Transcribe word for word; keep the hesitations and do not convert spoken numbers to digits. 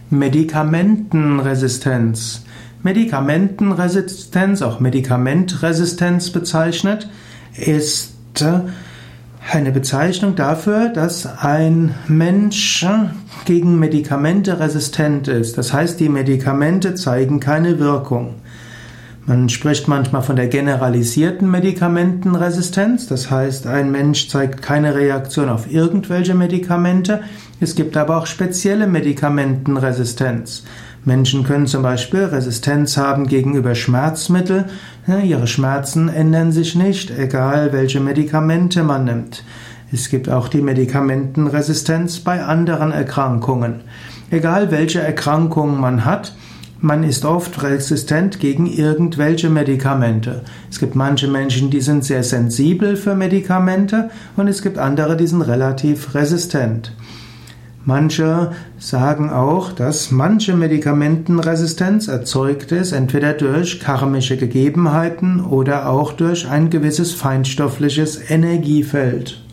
Medikamentenresistenz. Medikamentenresistenz, auch Medikamentresistenz bezeichnet, ist eine Bezeichnung dafür, dass ein Mensch gegen Medikamente resistent ist. Das heißt, die Medikamente zeigen keine Wirkung. Man spricht manchmal von der generalisierten Medikamentenresistenz, das heißt, ein Mensch zeigt keine Reaktion auf irgendwelche Medikamente. Es gibt aber auch spezielle Medikamentenresistenz. Menschen können zum Beispiel Resistenz haben gegenüber Schmerzmitteln. Ihre Schmerzen ändern sich nicht, egal welche Medikamente man nimmt. Es gibt auch die Medikamentenresistenz bei anderen Erkrankungen. Egal welche Erkrankungen man hat, man ist oft resistent gegen irgendwelche Medikamente. Es gibt manche Menschen, die sind sehr sensibel für Medikamente und es gibt andere, die sind relativ resistent. Manche sagen auch, dass manche Medikamentenresistenz erzeugt ist, entweder durch karmische Gegebenheiten oder auch durch ein gewisses feinstoffliches Energiefeld.